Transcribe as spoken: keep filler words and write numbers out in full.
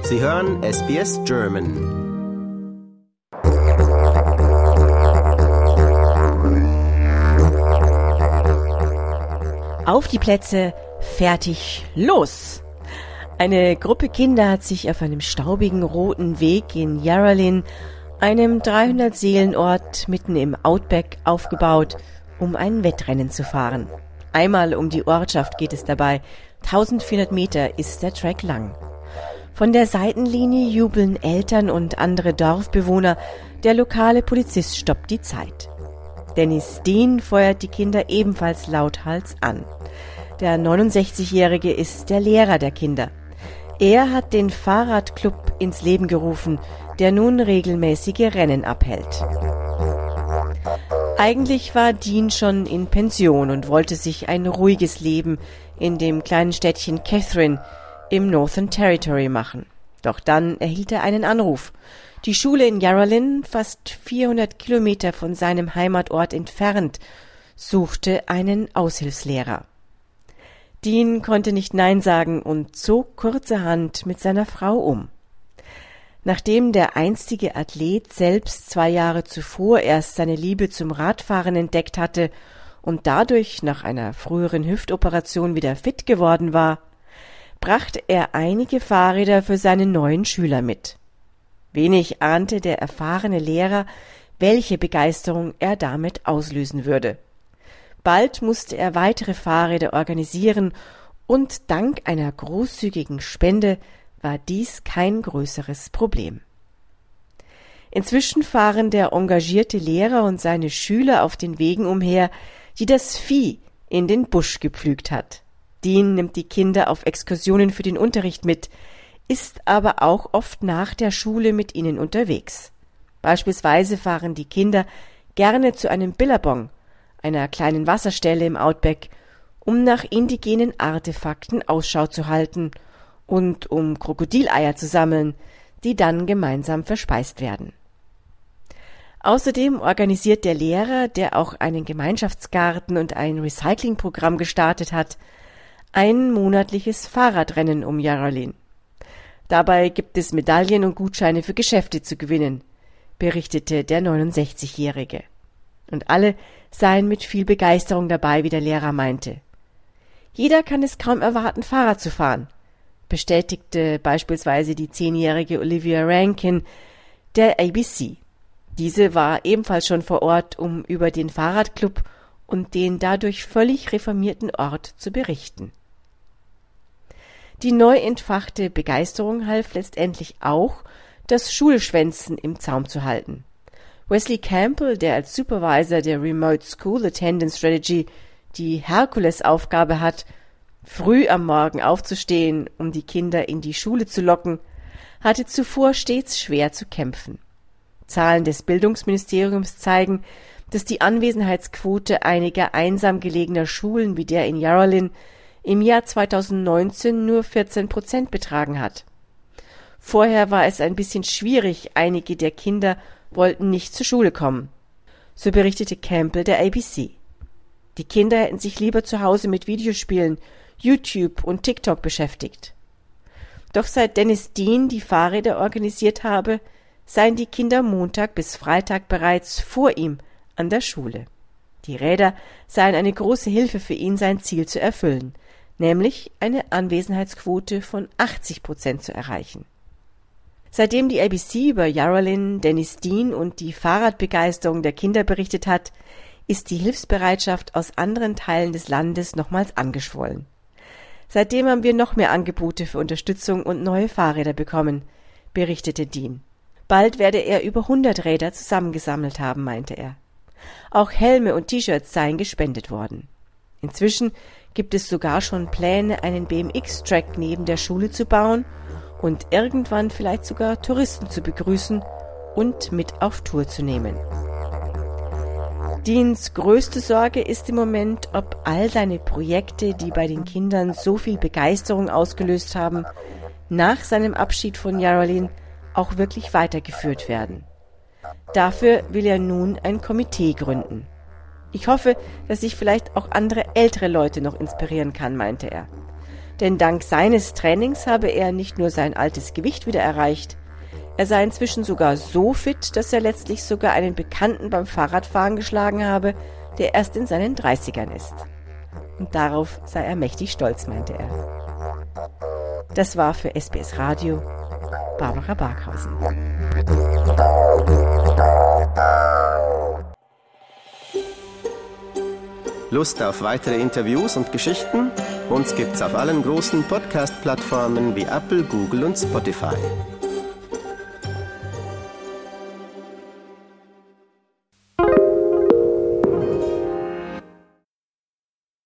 Sie hören S B S German. Auf die Plätze, fertig, los! Eine Gruppe Kinder hat sich auf einem staubigen roten Weg in Yarralin, einem dreihundert-Seelen-Ort mitten im Outback, aufgebaut, um ein Wettrennen zu fahren. Einmal um die Ortschaft geht es dabei. eintausendvierhundert Meter ist der Track lang. Von der Seitenlinie jubeln Eltern und andere Dorfbewohner. Der lokale Polizist stoppt die Zeit. Dennis Dean feuert die Kinder ebenfalls lauthals an. Der neunundsechzigjährige ist der Lehrer der Kinder. Er hat den Fahrradclub ins Leben gerufen, der nun regelmäßige Rennen abhält. Eigentlich war Dean schon in Pension und wollte sich ein ruhiges Leben in dem kleinen Städtchen Katherine im Northern Territory machen. Doch dann erhielt er einen Anruf. Die Schule in Yarralin, fast vierhundert Kilometer von seinem Heimatort entfernt, suchte einen Aushilfslehrer. Dean konnte nicht Nein sagen und zog kurzerhand mit seiner Frau um. Nachdem der einstige Athlet selbst zwei Jahre zuvor erst seine Liebe zum Radfahren entdeckt hatte und dadurch nach einer früheren Hüftoperation wieder fit geworden war, brachte er einige Fahrräder für seine neuen Schüler mit. Wenig ahnte der erfahrene Lehrer, welche Begeisterung er damit auslösen würde. Bald musste er weitere Fahrräder organisieren und dank einer großzügigen Spende war dies kein größeres Problem. Inzwischen fahren der engagierte Lehrer und seine Schüler auf den Wegen umher, die das Vieh in den Busch gepflügt hat. Dean nimmt die Kinder auf Exkursionen für den Unterricht mit, ist aber auch oft nach der Schule mit ihnen unterwegs. Beispielsweise fahren die Kinder gerne zu einem Billabong, einer kleinen Wasserstelle im Outback, um nach indigenen Artefakten Ausschau zu halten und um Krokodileier zu sammeln, die dann gemeinsam verspeist werden. Außerdem organisiert der Lehrer, der auch einen Gemeinschaftsgarten und ein Recyclingprogramm gestartet hat, ein monatliches Fahrradrennen um Yarralin. Dabei gibt es Medaillen und Gutscheine für Geschäfte zu gewinnen, berichtete der neunundsechzigjährige. Und alle seien mit viel Begeisterung dabei, wie der Lehrer meinte. Jeder kann es kaum erwarten, Fahrrad zu fahren, bestätigte beispielsweise die zehnjährige Olivia Rankin der A B C. Diese war ebenfalls schon vor Ort, um über den Fahrradclub und den dadurch völlig reformierten Ort zu berichten. Die neu entfachte Begeisterung half letztendlich auch, das Schulschwänzen im Zaum zu halten. Wesley Campbell, der als Supervisor der Remote School Attendance Strategy die Herkulesaufgabe hat, früh am Morgen aufzustehen, um die Kinder in die Schule zu locken, hatte zuvor stets schwer zu kämpfen. Zahlen des Bildungsministeriums zeigen, dass die Anwesenheitsquote einiger einsam gelegener Schulen wie der in Yarralin im Jahr zweitausendneunzehn nur vierzehn Prozent betragen hat. Vorher war es ein bisschen schwierig, einige der Kinder wollten nicht zur Schule kommen. So berichtete Campbell der A B C. Die Kinder hätten sich lieber zu Hause mit Videospielen, YouTube und TikTok beschäftigt. Doch seit Dennis Dean die Fahrräder organisiert habe, seien die Kinder Montag bis Freitag bereits vor ihm an der Schule. Die Räder seien eine große Hilfe für ihn, sein Ziel zu erfüllen, nämlich eine Anwesenheitsquote von achtzig Prozent zu erreichen. Seitdem die A B C über Yarralin, Dennis Dean und die Fahrradbegeisterung der Kinder berichtet hat, ist die Hilfsbereitschaft aus anderen Teilen des Landes nochmals angeschwollen. Seitdem haben wir noch mehr Angebote für Unterstützung und neue Fahrräder bekommen, berichtete Dean. Bald werde er über hundert Räder zusammengesammelt haben, meinte er. Auch Helme und T-Shirts seien gespendet worden. Inzwischen gibt es sogar schon Pläne, einen B M X-Track neben der Schule zu bauen und irgendwann vielleicht sogar Touristen zu begrüßen und mit auf Tour zu nehmen. Deans größte Sorge ist im Moment, ob all seine Projekte, die bei den Kindern so viel Begeisterung ausgelöst haben, nach seinem Abschied von Yarralin auch wirklich weitergeführt werden. Dafür will er nun ein Komitee gründen. Ich hoffe, dass ich vielleicht auch andere ältere Leute noch inspirieren kann, meinte er. Denn dank seines Trainings habe er nicht nur sein altes Gewicht wieder erreicht, er sei inzwischen sogar so fit, dass er letztlich sogar einen Bekannten beim Fahrradfahren geschlagen habe, der erst in seinen dreißigern ist. Und darauf sei er mächtig stolz, meinte er. Das war für S B S Radio Barbara Barkhausen. Lust auf weitere Interviews und Geschichten? Uns gibt's auf allen großen Podcast-Plattformen wie Apple, Google und Spotify.